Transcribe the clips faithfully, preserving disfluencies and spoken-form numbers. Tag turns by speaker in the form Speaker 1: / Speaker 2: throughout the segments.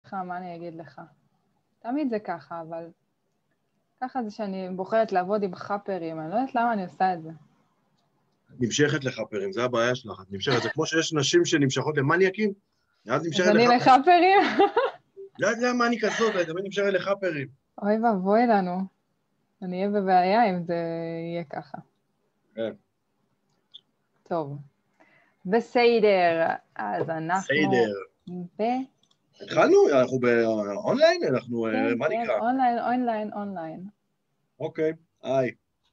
Speaker 1: לך, מה אני אגיד לך? תמיד זה ככה, אבל ככה זה שאני בוחרת לעבוד עם חאפרים, אני לא יודעת למה אני עושה את זה.
Speaker 2: נמשכת לחאפרים, זה הבעיה שלך, את נמשכת, זה כמו שיש נשים שנמשכות למניאקים, אז נמשכת
Speaker 1: אז אני
Speaker 2: לחאפרים.
Speaker 1: לחאפרים?
Speaker 2: לא יודעת למה אני כזאת, אני תמיד נמשכת לחאפרים.
Speaker 1: אוי ואבוי לנו, אני אהיה בבעיה אם זה יהיה ככה.
Speaker 2: כן.
Speaker 1: טוב, בסדר, אז אנחנו...
Speaker 2: בסדר.
Speaker 1: ב...
Speaker 2: התחלנו? אנחנו באונליין? אנחנו,
Speaker 1: כן,
Speaker 2: מה
Speaker 1: כן,
Speaker 2: נקרא?
Speaker 1: אונליין, אונליין, אונליין.
Speaker 2: אוקיי, היי.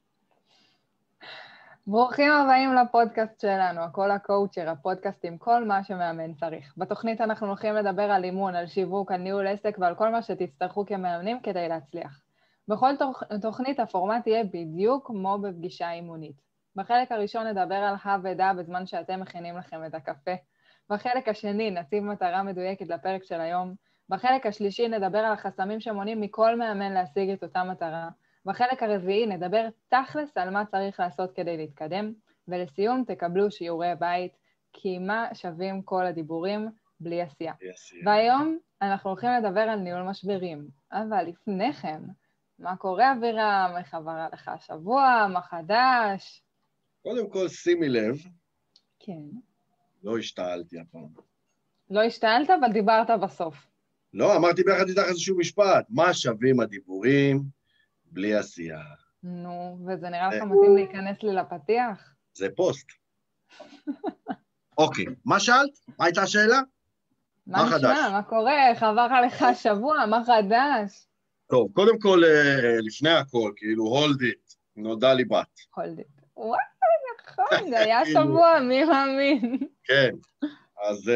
Speaker 1: ברוכים הבאים לפודקאסט שלנו, הכל הקואוצ'ר, הפודקאסט עם כל מה שמאמן צריך. בתוכנית אנחנו הולכים לדבר על אימון, על שיווק, על ניהול עסק ועל כל מה שתצטרכו כמאמנים כדי להצליח. בכל תוכנית הפורמט יהיה בדיוק כמו בפגישה אימונית. בחלק הראשון נדבר על הא ודא בזמן שאתם מכינים לכם את הקפה. בחלק השני נציב מטרה מדויקת לפרק של היום. בחלק השלישי נדבר על החסמים שמונעים מכל מאמן להשיג את אותה מטרה. בחלק הרביעי נדבר תכלס על מה צריך לעשות כדי להתקדם, ולסיום תקבלו שיעורי בית, כי מה שווים כל הדיבורים בלי עשייה. והיום אנחנו הולכים לדבר על ניהול משברים, אבל לפני כן, מה קורה אבירם? איך עבר לך השבוע? מה חדש?
Speaker 2: קודם כל שימי לב,
Speaker 1: כן.
Speaker 2: לא השתעלתי הפעם.
Speaker 1: לא השתעלת, אבל דיברת בסוף.
Speaker 2: לא, אמרתי ביחד איתך איזשהו משפט, מה שווים הדיבורים בלי עשייה.
Speaker 1: נו, וזה נראה לך מתאים להיכנס לי לפתיח?
Speaker 2: זה פוסט. אוקיי, מה שאלת? מה הייתה השאלה?
Speaker 1: מה נשמע? מה קורה? איך עבר לך השבוע? מה חדש?
Speaker 2: טוב, קודם כל, לפני הכל, כאילו, hold it, נולדה לי בת.
Speaker 1: hold it. וואי, נכון, זה היה שבוע, מי מאמין?
Speaker 2: כן, אז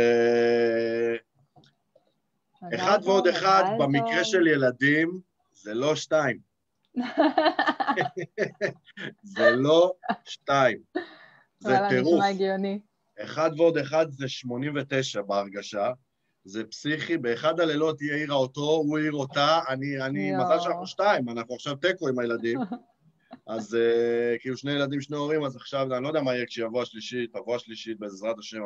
Speaker 2: אחד ועוד אחד, במקרה של ילדים, זה לא שתיים. זה לא שתיים. זה טירוף.
Speaker 1: נשמע הגיוני.
Speaker 2: אחד ועוד אחד זה שמונים ותשע בהרגשה. זה פסיכי, באחד הלילות היא העירה אותו, הוא העיר אותה, אני, אני, מזל שאנחנו שתיים, אנחנו עכשיו טקו עם הילדים. אז uh, כאילו שני ילדים, שני הורים, אז עכשיו, אני לא יודע מה יהיה כשיבוא השלישית, תבוא השלישית, בעזרת השם,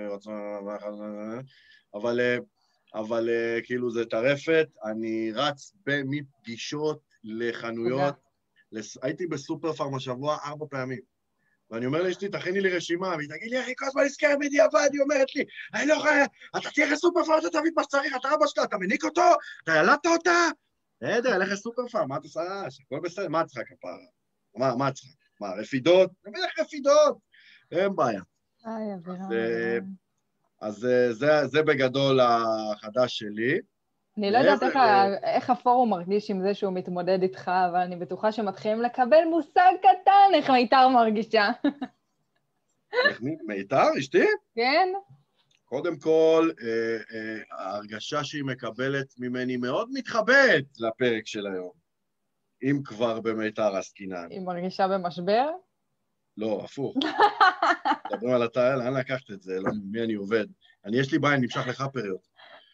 Speaker 2: אבל, אבל uh, כאילו זה טרפת, אני רץ מפגישות לחנויות, לס... הייתי בסופר פארם השבוע ארבע פעמים, ואני אומר לאשתי, תכיני לי רשימה, והיא תגיד לי, אחי, כל הזמן נזכרת בדיעבד, היא אומרת לי, אני לא יכולה, אתה תהיה לסופר פארם, אתה תביא את מה שצריך, אתה אבא שלה, אתה מניק אותו, אתה ילדת אותה, בסדר, אלך לסופר פארם, מה את עושה? הכל בסדר, מה את צריכה כפרה? מה, מה את צריכה? מה, רפידות? אני אלך רפידות, אין בעיה.
Speaker 1: איי, אבירם.
Speaker 2: אז זה, זה בגדול החדש שלי.
Speaker 1: אני לא יודעת איך, איך הפורום מרגיש עם זה שהוא מתמודד איתך, אבל אני בטוחה שמתחילים לקבל מושג קטן איך מיתר מרגישה.
Speaker 2: איך מיתר? אשתי?
Speaker 1: כן.
Speaker 2: קודם כל, אה, אה, ההרגשה שהיא מקבלת ממני מאוד מתחבאת לפרק של היום. אם כבר במיתר עסקינן.
Speaker 1: היא מרגישה במשבר?
Speaker 2: לא, הפוך. מדברים על התאר, לאן לקחת את זה? לא, מי אני עובד? אני, יש לי בעיה, אני נמשך לחאפריות.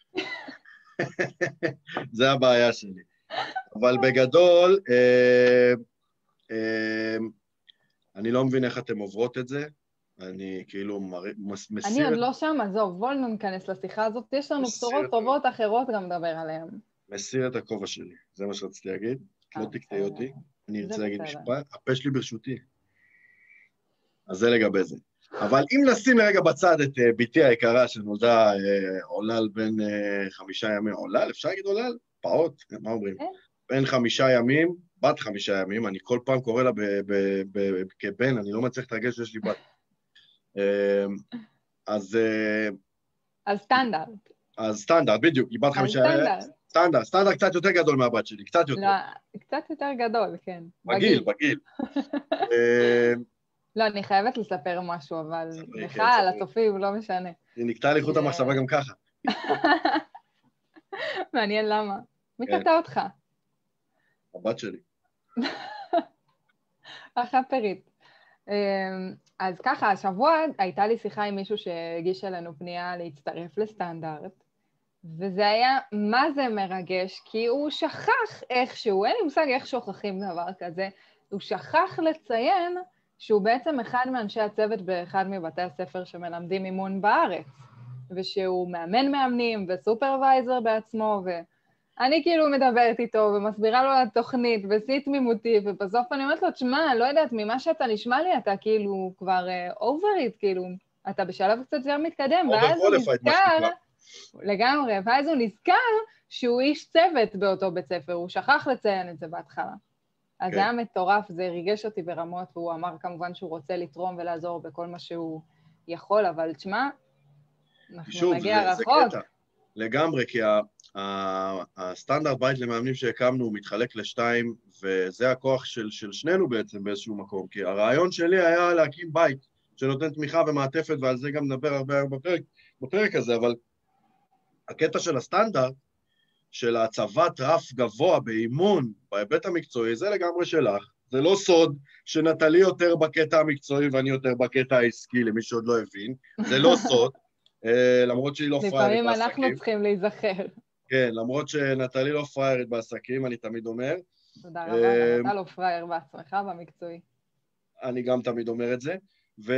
Speaker 2: זה הבעיה שלי. אבל בגדול, אה, אה, אני לא מבין איך אתם עוברות את זה. אני כאילו מסיר...
Speaker 1: אני עוד לא שם, עזוב, בואו ניכנס לשיחה הזאת. יש לנו בשורות טובות אחרות גם לדבר עליהן.
Speaker 2: מסיר את הכובע שלי, זה מה שרציתי להגיד. לא תקטעי אותי, אני ארצה להגיד משפט. הפה שלי ברשותי. אז זה לגבי זה. אבל אם נשים לרגע בצד את ביתי היקרה שנולדה עולל בין חמישה ימים, עולל, אפשר להגיד עולל? פעוט, מה אומרים? בין חמישה ימים, בת חמישה ימים, אני כל פעם קורא לה כבן, אני לא מצליח להתרגש שיש לי בת. אז...
Speaker 1: אז סטנדרט.
Speaker 2: אז סטנדרט, בדיוק, היא בת חמישה ימים. סטנדרט, סטנדרט קצת יותר גדול מהבת שלי, קצת יותר.
Speaker 1: לא, קצת יותר גדול, כן.
Speaker 2: בגיל, בגיל.
Speaker 1: לא, אני חייבת לספר משהו, אבל לך, על הצופים, לא משנה.
Speaker 2: היא נקטעה לי חוט המחשבה גם ככה.
Speaker 1: מעניין למה. מי קטע אותך?
Speaker 2: הבת שלי.
Speaker 1: החאפרית. אז ככה, השבוע הייתה לי שיחה עם מישהו שהגיש אלינו פנייה להצטרף לסטנדרט, וזה היה מה זה מרגש, כי הוא שכח איכשהו, אין לי מושג איך שוכחים דבר כזה, הוא שכח לציין שהוא בעצם אחד מאנשי הצוות באחד מבתי הספר שמלמדים אימון בארץ. ושהוא מאמן מאמנים וסופרוויזר בעצמו, ואני כאילו מדברת איתו ומסבירה לו על התוכנית בשיא תמימותי, ובסוף אני אומרת לו, תשמע, לא יודעת, ממה שאתה נשמע לי, אתה כאילו כבר אובריט, כאילו, אתה בשלב קצת יותר מתקדם, ואז הוא נזכר, לגמרי, ואז הוא נזכר שהוא איש צוות באותו בית ספר, הוא שכח לציין את זה בהתחלה. אז זה היה מטורף, זה ריגש אותי ברמות, והוא אמר כמובן שהוא רוצה לתרום ולעזור בכל מה שהוא יכול, אבל תשמע, אנחנו נגיע רחוק.
Speaker 2: שוב, זה קטע, לגמרי, כי הסטנדרט בית למאמנים שהקמנו, הוא מתחלק לשתיים, וזה הכוח של שנינו בעצם באיזשהו מקום, כי הרעיון שלי היה להקים בית, שנותן תמיכה ומעטפת, ועל זה גם נדבר הרבה בפרק, בפרק הזה, אבל הקטע של הסטנדרט, של הצבת רף גבוה באימון, בהיבט המקצועי, זה לגמרי שלך. זה לא סוד שנטלי יותר בקטע המקצועי ואני יותר בקטע העסקי, למי שעוד לא הבין. זה לא סוד, למרות שהיא לא פריירית בעסקים.
Speaker 1: לפעמים אנחנו צריכים להיזכר.
Speaker 2: כן, למרות שנטלי לא פריירית בעסקים, אני תמיד אומר.
Speaker 1: תודה רבה, אתה לא פרייר בעצמך במקצועי.
Speaker 2: אני גם תמיד אומר את זה.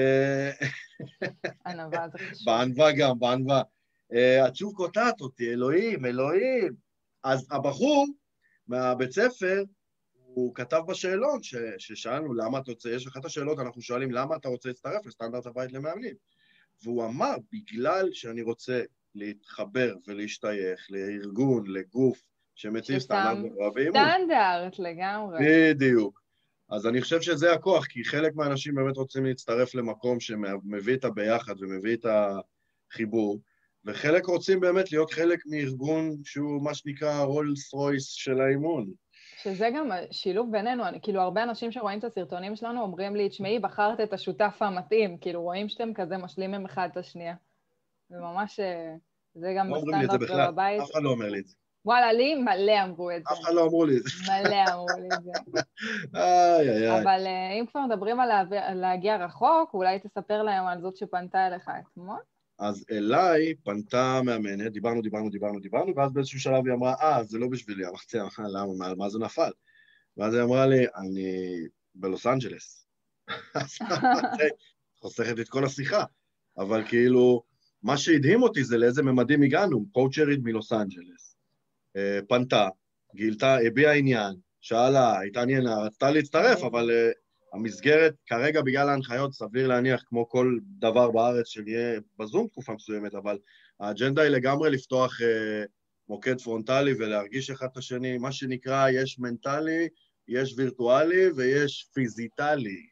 Speaker 1: ענווה, זה חשוב.
Speaker 2: בענווה גם, בענווה. את שוב קוטעת אותי, אלוהים, אלוהים. אז הבחור מהבית ספר, הוא כתב בשאלון ש, ששאלנו למה אתה רוצה, יש אחת השאלות, אנחנו שואלים למה אתה רוצה להצטרף לסטנדרט הבית למאמנים. והוא אמר, בגלל שאני רוצה להתחבר ולהשתייך לארגון, לגוף, שמציב סטנדרט גבוה באימון.
Speaker 1: סטנדרט לגמרי.
Speaker 2: בדיוק. אז אני חושב שזה הכוח, כי חלק מהאנשים באמת רוצים להצטרף למקום שמביא את הביחד ומביא את החיבור, וחלק רוצים באמת להיות חלק מארגון שהוא מה שנקרא רולס רויס של האימון.
Speaker 1: שזה גם שילוב בינינו, אני, כאילו הרבה אנשים שרואים את הסרטונים שלנו אומרים לי, תשמעי, בחרת את השותף המתאים, כאילו רואים שאתם כזה משלימים אחד את השנייה. וממש, זה גם
Speaker 2: לא אומרים לי את זה בכלל,
Speaker 1: בבית.
Speaker 2: אף אחד לא אומר לי את זה.
Speaker 1: וואלה, לי מלא אמרו את זה.
Speaker 2: אף אחד לא אמרו לי את זה.
Speaker 1: מלא אמרו לי את זה.
Speaker 2: איי, איי, איי.
Speaker 1: אבל אם כבר מדברים על להגיע רחוק, אולי תספר להם על זאת שפנתה אליך אתמול?
Speaker 2: אז אליי פנתה מאמנת, דיברנו, דיברנו, דיברנו, דיברנו, ואז באיזשהו שלב היא אמרה, אה, זה לא בשבילי, אמרתי, למה, מה זה נפל? ואז היא אמרה לי, אני בלוס אנג'לס. אז חוסכת את כל השיחה, אבל כאילו, מה שהדהים אותי זה לאיזה ממדים הגענו, קואוצ'רית מלוס אנג'לס, פנתה, גילתה, הביעה עניין, שאלה, התעניינה, רצתה להצטרף, אבל המסגרת, כרגע בגלל ההנחיות, סביר להניח כמו כל דבר בארץ שנהיה בזום תקופה מסוימת, אבל האג'נדה היא לגמרי לפתוח אה, מוקד פרונטלי ולהרגיש אחד את השני, מה שנקרא, יש מנטלי, יש וירטואלי ויש פיזיטלי.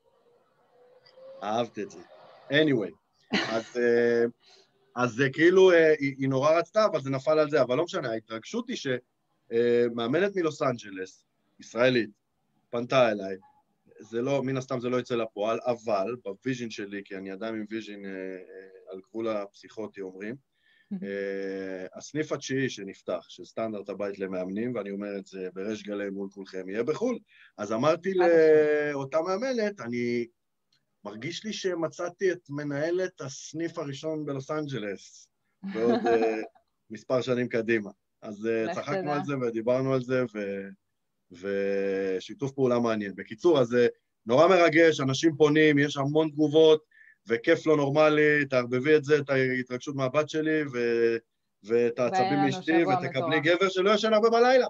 Speaker 2: אהבת את זה. anyway, אז, אה, אז זה כאילו, אה, היא, היא נורא רצתה, אבל זה נפל על זה, אבל לא משנה, ההתרגשות היא שמאמנת מלוס אנג'לס, ישראלית, פנתה אליי, זה לא, מן הסתם זה לא יצא לפועל, אבל בוויז'ין שלי, כי אני עדיין עם ויז'ין אה, אה, על גבול הפסיכוטי אומרים, אה, הסניף התשיעי שנפתח, של סטנדרט הבית למאמנים, ואני אומר את זה בריש גלי מול כולכם, יהיה בחול. אז אמרתי לאותה מאמנת, אני מרגיש לי שמצאתי את מנהלת הסניף הראשון בלוס אנג'לס, בעוד אה, מספר שנים קדימה. אז אה, צחקנו על זה ודיברנו על זה, ו... ושיתוף פעולה מעניין. בקיצור, אז זה נורא מרגש, אנשים פונים, יש המון תגובות, וכיף לא נורמלי, תערבבי את זה, את ההתרגשות מהבת שלי, ו... ואת העצבים לאשתי, ותקבלי גבר שלא ישן הרבה בלילה.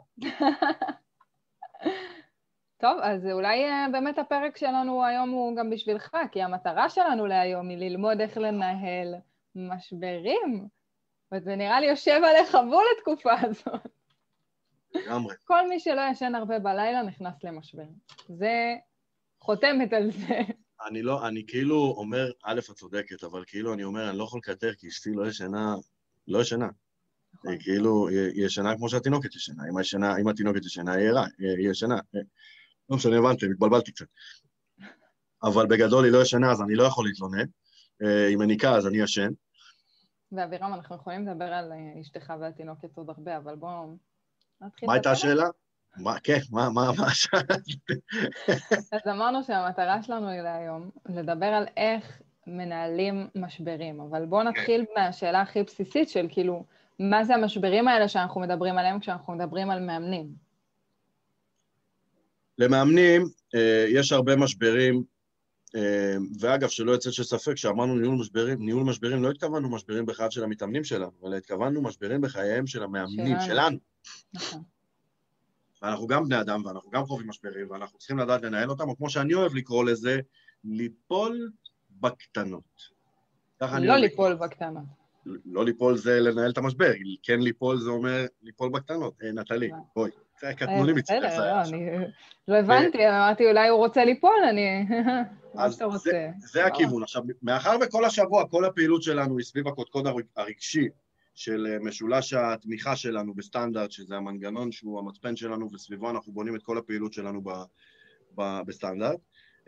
Speaker 1: טוב, אז אולי באמת הפרק שלנו היום הוא גם בשבילך, כי המטרה שלנו להיום היא ללמוד איך לנהל משברים, וזה נראה לי יושב עליך בול לתקופה הזאת.
Speaker 2: לגמרי.
Speaker 1: כל מי שלא ישן הרבה בלילה נכנס למשבר. זה חותמת על זה.
Speaker 2: אני לא, אני כאילו אומר, א', את צודקת, אבל כאילו אני אומר, אני לא יכול לקטר, כי אשתי לא ישנה, לא ישנה. היא כאילו, היא ישנה כמו שהתינוקת ישנה. אם הישנה, אם התינוקת ישנה, היא ערה, היא ישנה. לא משנה, הבנתי, מתבלבלתי קצת. אבל בגדול היא לא ישנה, אז אני לא יכול להתלונן. היא מניקה, אז אני ישן.
Speaker 1: ואבירם, אנחנו יכולים לדבר על אשתך והתינוקת עוד הרבה, אבל בואו...
Speaker 2: מה הייתה השאלה? כן, מה השאלה?
Speaker 1: אז אמרנו שהמטרה שלנו היא להיום, לדבר על איך מנהלים משברים, אבל בואו נתחיל מהשאלה הכי בסיסית של כאילו, מה זה המשברים האלה שאנחנו מדברים עליהם כשאנחנו מדברים על מאמנים?
Speaker 2: למאמנים יש הרבה משברים ואגב, שלא יצא שספק, שאמרנו ניהול משברים, ניהול משברים, לא התכוונו משברים בחייו של המתאמנים שלנו, אלא התכוונו משברים בחייהם של המאמנים שלנו.
Speaker 1: נכון.
Speaker 2: ואנחנו גם בני אדם, ואנחנו גם חווים משברים, ואנחנו צריכים לדעת לנהל אותם, או כמו שאני אוהב לקרוא לזה, ליפול בקטנות.
Speaker 1: לא ליפול בקטנות.
Speaker 2: לא ליפול זה לנהל את המשבר, כן ליפול זה אומר ליפול בקטנות. נטלי, בואי, זה קטנו לי מצטער.
Speaker 1: בסדר, לא הבנתי, אמרתי אולי הוא רוצה ליפול, אני...
Speaker 2: אז זה הכיוון. עכשיו, מאחר וכל השבוע, כל הפעילות שלנו היא סביב הקודקוד הרגשי, של משולש התמיכה שלנו בסטנדרט, שזה המנגנון שהוא המצפן שלנו, וסביבו אנחנו בונים את כל הפעילות שלנו בסטנדרט.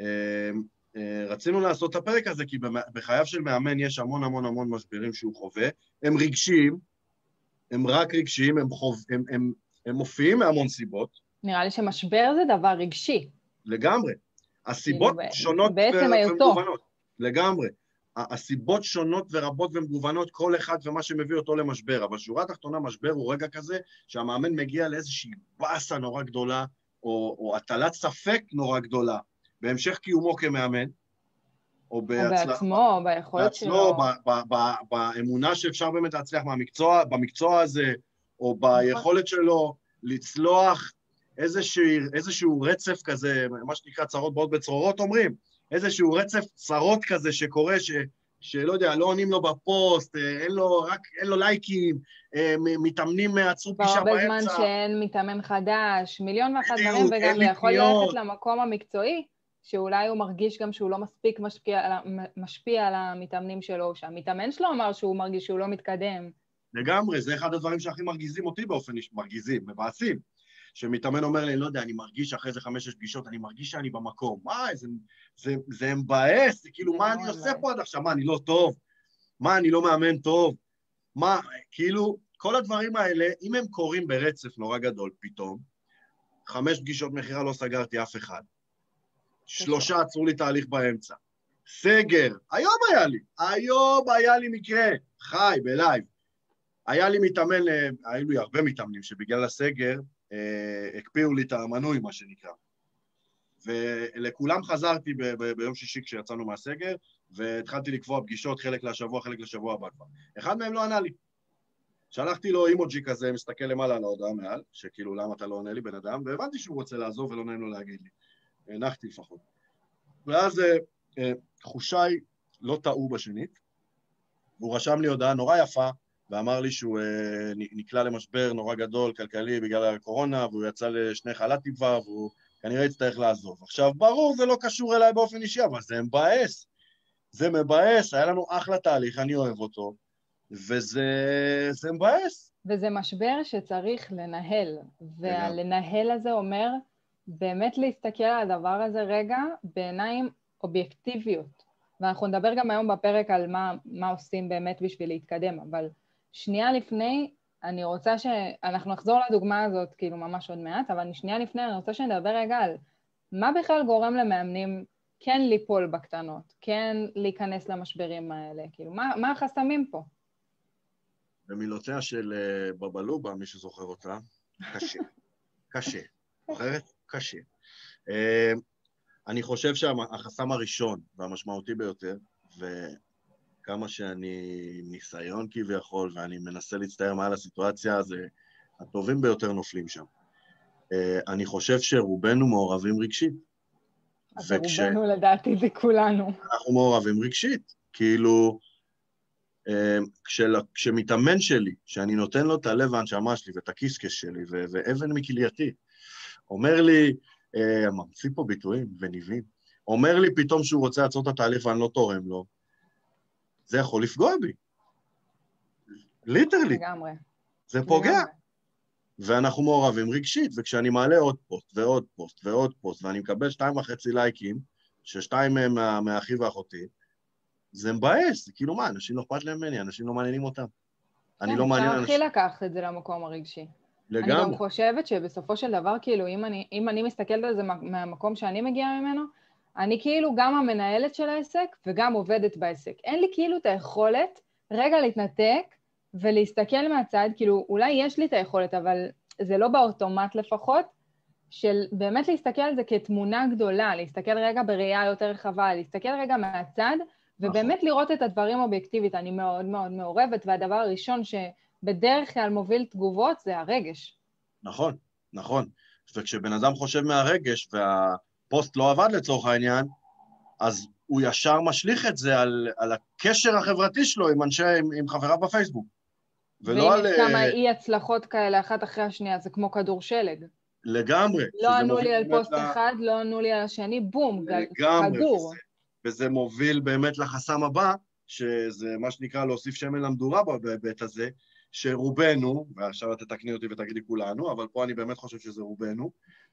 Speaker 2: רצינו לעשות את הפרק הזה, כי בחייו של מאמן יש המון המון המון משברים שהוא חווה, הם רגשיים, הם רק רגשיים, הם, חוב, הם, הם, הם מופיעים מהמון סיבות.
Speaker 1: נראה לי שמשבר זה דבר רגשי.
Speaker 2: לגמרי. הסיבות שונות ומגוונות. לגמרי. הסיבות שונות ורבות ומגוונות, כל אחד ומה שמביא אותו למשבר, אבל שורה תחתונה משבר הוא רגע כזה, שהמאמן מגיע לאיזושהי בסה נורא גדולה, או, או הטלת ספק נורא גדולה, בהמשך קיומו כמאמן, או, בהצלח...
Speaker 1: או בעצמו, או ביכולת שלו.
Speaker 2: בעצמו, באמונה שאפשר באמת להצליח מהמקצוע, במקצוע הזה, או ביכולת שלו לצלוח איזשהו, איזשהו רצף כזה, מה שנקרא צרות באות בצרורות אומרים, איזשהו רצף צרות כזה שקורה, ש, שלא יודע, לא עונים לו בפוסט, אין לו, רק, אין לו לייקים, מתאמנים עצרו פגישה באמצע.
Speaker 1: הרבה זמן שאין מתאמן חדש, מיליון ואחת דברים, וגם יכול ללכת למקום המקצועי, שאולי הוא מרגיש גם שהוא לא מספיק משפיע, משפיע על המתאמנים שלו, שהמתאמן שלו אמר שהוא מרגיש שהוא לא מתקדם.
Speaker 2: לגמרי, זה אחד הדברים שהכי מרגיזים אותי באופן מרגיזים, מבאסים. שמתאמן אומר לי, לא יודע, אני מרגיש אחרי זה חמש-שש פגישות, אני מרגיש שאני במקום. מה, זה, זה, זה מבאס, זה כאילו, מה אני עושה פה עד עכשיו? מה, אני לא טוב? מה, אני לא מאמן טוב? מה, כאילו, כל הדברים האלה, אם הם קורים ברצף נורא גדול פתאום, חמש פגישות מחירה לא סגרתי אף אחד. שלושה עצרו לי תהליך באמצע. סגר, היום היה לי, היום היה לי מקרה, חי, בלייב. היה לי מתאמן, היו לי הרבה מתאמנים שבגלל הסגר, הקפיאו לי את המנוי, מה שנקרא. ולכולם חזרתי ב- ב- ביום שישי כשיצאנו מהסגר, והתחלתי לקבוע פגישות, חלק לשבוע, חלק לשבוע הבא כבר. אחד מהם לא ענה לי. שלחתי לו אימוג'י כזה, מסתכל למעלה על ההודעה מעל, שכאילו למה אתה לא עונה לי בן אדם, והבנתי שהוא רוצה לעזוב ולא נעים לו להגיד לי. הנחתי לפחות. ואז חושיי לא טעו בשנית, והוא רשם לי הודעה נורא יפה, ואמר לי שהוא אה, נקלע למשבר נורא גדול, כלכלי, בגלל הקורונה, והוא יצא לשני חל"תים כבר, והוא כנראה יצטרך לעזוב. עכשיו, ברור, זה לא קשור אליי באופן אישי, אבל זה מבאס. זה מבאס, היה לנו אחלה תהליך, אני אוהב אותו, וזה זה מבאס.
Speaker 1: וזה משבר שצריך לנהל, והלנהל הזה אומר, באמת להסתכל על הדבר הזה רגע, בעיניים אובייקטיביות. ואנחנו נדבר גם היום בפרק על מה, מה עושים באמת בשביל להתקדם, אבל שנייה לפני, אני רוצה שאנחנו נחזור לדוגמה הזאת, כאילו ממש עוד מעט, אבל שנייה לפני אני רוצה שנדבר רגע על מה בכלל גורם למאמנים כן ליפול בקטנות, כן להיכנס למשברים האלה, כאילו מה, מה החסמים פה?
Speaker 2: במילותיה של בבלובה, מי שזוכר אותה, קשה, קשה, זוכרת? קשה. אני חושב שהחסם הראשון והמשמעותי ביותר, וכמה שאני ניסיון כביכול, ואני מנסה להצטער מעל הסיטואציה, זה הטובים ביותר נופלים שם. אני חושב שרובנו מעורבים רגשית.
Speaker 1: אז וכש... רובנו לדעתי זה כולנו.
Speaker 2: אנחנו מעורבים רגשית. כאילו, כשל... כשמתאמן שלי, שאני נותן לו את הלב והנשמה שלי ואת הקיסקס שלי ו... ואבן מכלייתי, אומר לי, ממציא פה ביטויים וניבים, אומר לי פתאום שהוא רוצה לעצור את התהליך ואני לא תורם לו, זה יכול לפגוע בי. ליטרלי.
Speaker 1: לגמרי.
Speaker 2: זה פוגע. ואנחנו מעורבים רגשית, וכשאני מעלה עוד פוסט ועוד פוסט ועוד פוסט, ואני מקבל שתיים וחצי לייקים, ששתיים מהם מה, מהאחי ואחותי, זה מבאס, זה כאילו מה, אנשים לא אכפת להם ממני, אנשים לא מעניינים אותם. אני לא מעניין אנשים.
Speaker 1: אפשר לקחת את זה למקום הרגשי.
Speaker 2: לגמרי.
Speaker 1: אני גם חושבת שבסופו של דבר, כאילו, אם אני, אם אני מסתכלת על זה מהמקום שאני מגיעה ממנו, אני כאילו גם המנהלת של העסק וגם עובדת בעסק. אין לי כאילו את היכולת רגע להתנתק ולהסתכל מהצד, כאילו, אולי יש לי את היכולת, אבל זה לא באוטומט לפחות, של באמת להסתכל על זה כתמונה גדולה, להסתכל רגע בראייה יותר רחבה, להסתכל רגע מהצד, ובאמת לראות את הדברים אובייקטיבית. אני מאוד מאוד מעורבת, והדבר הראשון שבדרך כלל מוביל תגובות זה הרגש.
Speaker 2: נכון, נכון. וכשבן אדם חושב מהרגש, והפוסט לא עבד לצורך העניין, אז הוא ישר משליך את זה על, על הקשר החברתי שלו עם אנשי, עם, עם חבריו בפייסבוק.
Speaker 1: ואם יש כמה אי הצלחות כאלה אחת אחרי השנייה, זה כמו כדור שלג.
Speaker 2: לגמרי.
Speaker 1: לא ענו לי על פוסט אחד, לא ענו לי על השני, בום,
Speaker 2: לגמרי,
Speaker 1: כדור.
Speaker 2: וזה, וזה מוביל באמת לחסם הבא, שזה מה שנקרא להוסיף שמן למדורה בהיבט הזה, שרובנו, ועכשיו תתקני אותי ותגידי כולנו, אבל פה אני באמת חושב שזה רובנו,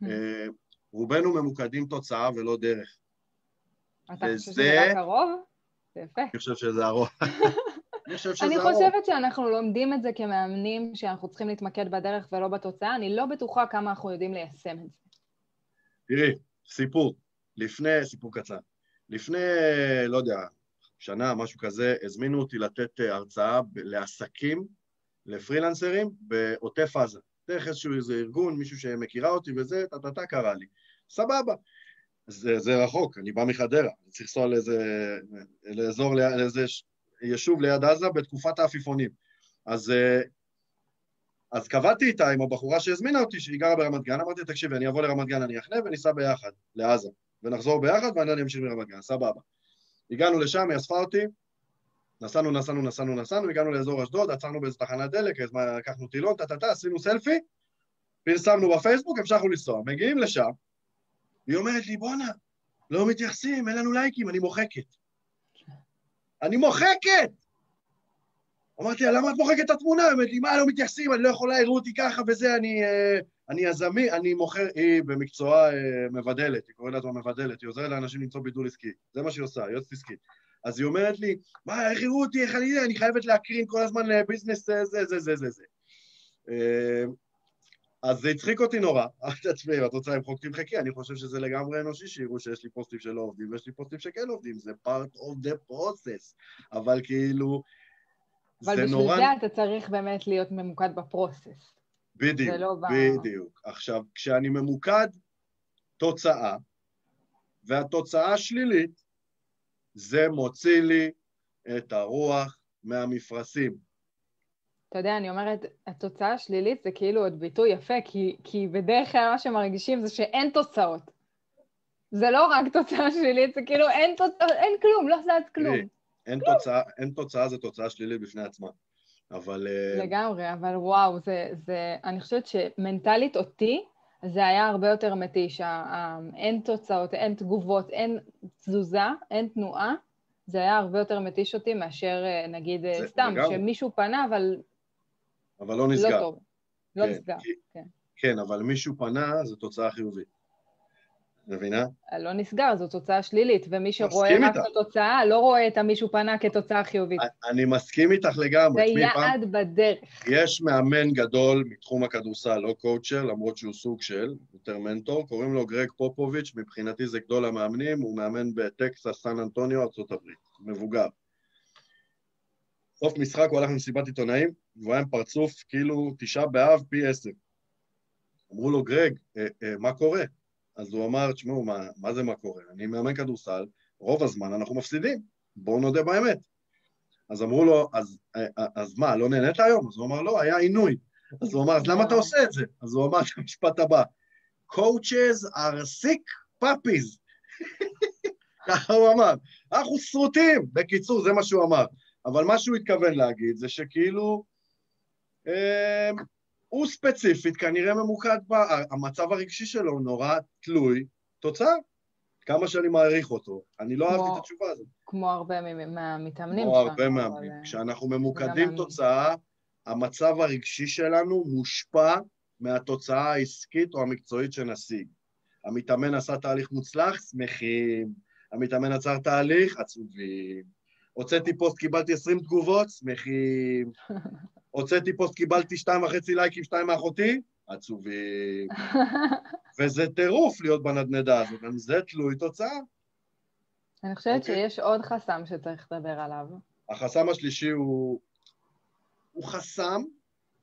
Speaker 2: רובנו ממוקדים תוצאה ולא דרך.
Speaker 1: אתה חושב שזה רק הרוב? זה יפה.
Speaker 2: אני חושב שזה הרוב.
Speaker 1: אני חושבת שאנחנו לומדים את זה כמאמנים, שאנחנו צריכים להתמקד בדרך ולא בתוצאה, אני לא בטוחה כמה אנחנו יודעים ליישם את זה.
Speaker 2: תראי, סיפור, לפני, סיפור קצר, לפני, לא יודע, שנה, משהו כזה, הזמינו אותי לתת הרצאה לעסקים, לפרילנסרים, בעוטף עזה. דרך איזשהו איזה ארגון, מישהו שמכירה אותי וזה, תתתה קרא לי. סבבה. זה, זה רחוק, אני בא מחדרה, אני צריך לנסוע לאיזה, לאזור, לאיזה יישוב ליד עזה בתקופת האפיפונים. אז, אז קבעתי איתה עם הבחורה שהזמינה אותי, שהיא גרה ברמת גן, אמרתי, תקשיבי, אני אבוא לרמת גן, אני אחנה וניסע ביחד לעזה, ונחזור ביחד ואני אמשיך מרמת גן, סבבה. הגענו לשם, היא אספה אותי, נסענו, נסענו, נסענו, נסענו, הגענו לאזור אשדוד, עצרנו באיזו תחנת דלק, אז מה, לקחנו טילון, טטטה, עשינו סלפי, פרסמנו בפייסבוק, המשכנו לנסוע. מגיעים לשם, היא אומרת לי, בונה, לא מתייחסים, אין לנו לייקים, אני מוחקת. אני מוחקת! אמרתי, למה את מוחקת את התמונה? היא אומרת לי, מה, לא מתייחסים, אני לא יכולה, הראו אותי ככה וזה, אני, אני יזמי, אני מוכר, היא במקצועה מבדלת, היא קוראת לה מבדלת, היא עוזרת לאנשים למצוא בידול עסקי, זה מה שהיא עושה, יועצת עסקית. אז היא אומרת לי, מה, איך הראו אותי, איך אני, אני חייבת להקרין כל הזמן לביזנס, זה, זה, זה, זה, זה, זה. אז זה הצחיק אותי נורא, תשמעי, את רוצה למחוק תמחקי, אני חושב שזה לגמרי אנושי, שיראו שיש לי פוסטים שלא עובדים, ויש לי פוסטים שכן עובדים, זה part of the process, אבל כאילו,
Speaker 1: אבל
Speaker 2: זה
Speaker 1: בשביל
Speaker 2: נורא...
Speaker 1: זה אתה צריך באמת להיות ממוקד בפרוסס.
Speaker 2: בדיוק,
Speaker 1: לא
Speaker 2: בדיוק. ב... עכשיו, כשאני ממוקד תוצאה, והתוצאה שלילית, זה מוציא לי את הרוח מהמפרשים.
Speaker 1: אתה יודע, אני אומרת, התוצאה השלילית זה כאילו עוד ביטוי יפה, כי, כי בדרך כלל מה שמרגישים זה שאין תוצאות. זה לא רק תוצאה שלילית, זה כאילו אין תוצאות, אין כלום, לא זז כלום.
Speaker 2: אין תוצאה, אין תוצאה, זה תוצאה שלילית בפני עצמה. אבל...
Speaker 1: לגמרי, אבל וואו, זה, זה, אני חושבת שמנטלית אותי, זה היה הרבה יותר מתיש. אין תוצאות, אין תגובות, אין תזוזה, אין תנועה. זה היה הרבה יותר מתיש אותי מאשר, נגיד, זה, סתם, לגמרי. שמישהו פנה, אבל...
Speaker 2: אבל לא נסגר.
Speaker 1: לא טוב. לא
Speaker 2: כן,
Speaker 1: נסגר,
Speaker 2: כי,
Speaker 1: כן.
Speaker 2: כן, אבל מישהו פנה, זו תוצאה חיובית. מבינה?
Speaker 1: לא נסגר, זו תוצאה שלילית, ומי שרואה רק את התוצאה, לא רואה את המישהו פנה כתוצאה חיובית.
Speaker 2: אני מסכים איתך לגמרי.
Speaker 1: זה יעד בדרך.
Speaker 2: יש מאמן גדול מתחום הכדורסל, לא קואוצ'ר, למרות שהוא סוג של, יותר מנטור, קוראים לו גרג פופוביץ', מבחינתי זה גדול המאמנים, הוא מאמן בטקסס, סן אנטוניו, ארצות הברית, מבוגר. סוף משחק הוא הלך למסיבת עיתונאים, והוא היה עם פרצוף כאילו תשעה באב פי עשר. אמרו לו, גרג, אה, אה, מה קורה? אז הוא אמר, תשמעו, מה, מה זה מה קורה? אני מאמן כדורסל, רוב הזמן אנחנו מפסידים, בואו נודה באמת. אז אמרו לו, אז, אז מה, לא נהנית היום? אז הוא אמר, לא, היה עינוי. אז הוא אמר, אז למה אתה עושה את זה? אז הוא אמר את המשפט הבא, coaches are sick puppies. ככה הוא אמר, אנחנו סרוטים. בקיצור, זה מה שהוא אמר. אבל מה שהוא התכוון להגיד זה שכאילו, אה, הוא ספציפית, כנראה ממוקד בה, המצב הרגשי שלו נורא תלוי תוצאה. כמה שאני מעריך אותו. אני לא אהבתי את התשובה הזאת.
Speaker 1: כמו הרבה מהמתאמנים.
Speaker 2: כמו הרבה מהמתאמנים. כשאנחנו ממוקדים תוצאה, המצב הרגשי שלנו מושפע מהתוצאה העסקית או המקצועית שנשיג. המתאמן עשה תהליך מוצלח, שמחים. המתאמן עצר תהליך, עצובים. הוצאתי פוסט, קיבלתי עשרים תגובות, שמחים. הוצאתי פוסט, קיבלתי שתיים וחצי לייקים, שתיים מאחותי, עצובים. וזה טירוף להיות בנדנדה הזאת, זה תלוי תוצאה.
Speaker 1: אני חושבת שיש עוד חסם שצריך לדבר עליו.
Speaker 2: החסם השלישי הוא, הוא חסם,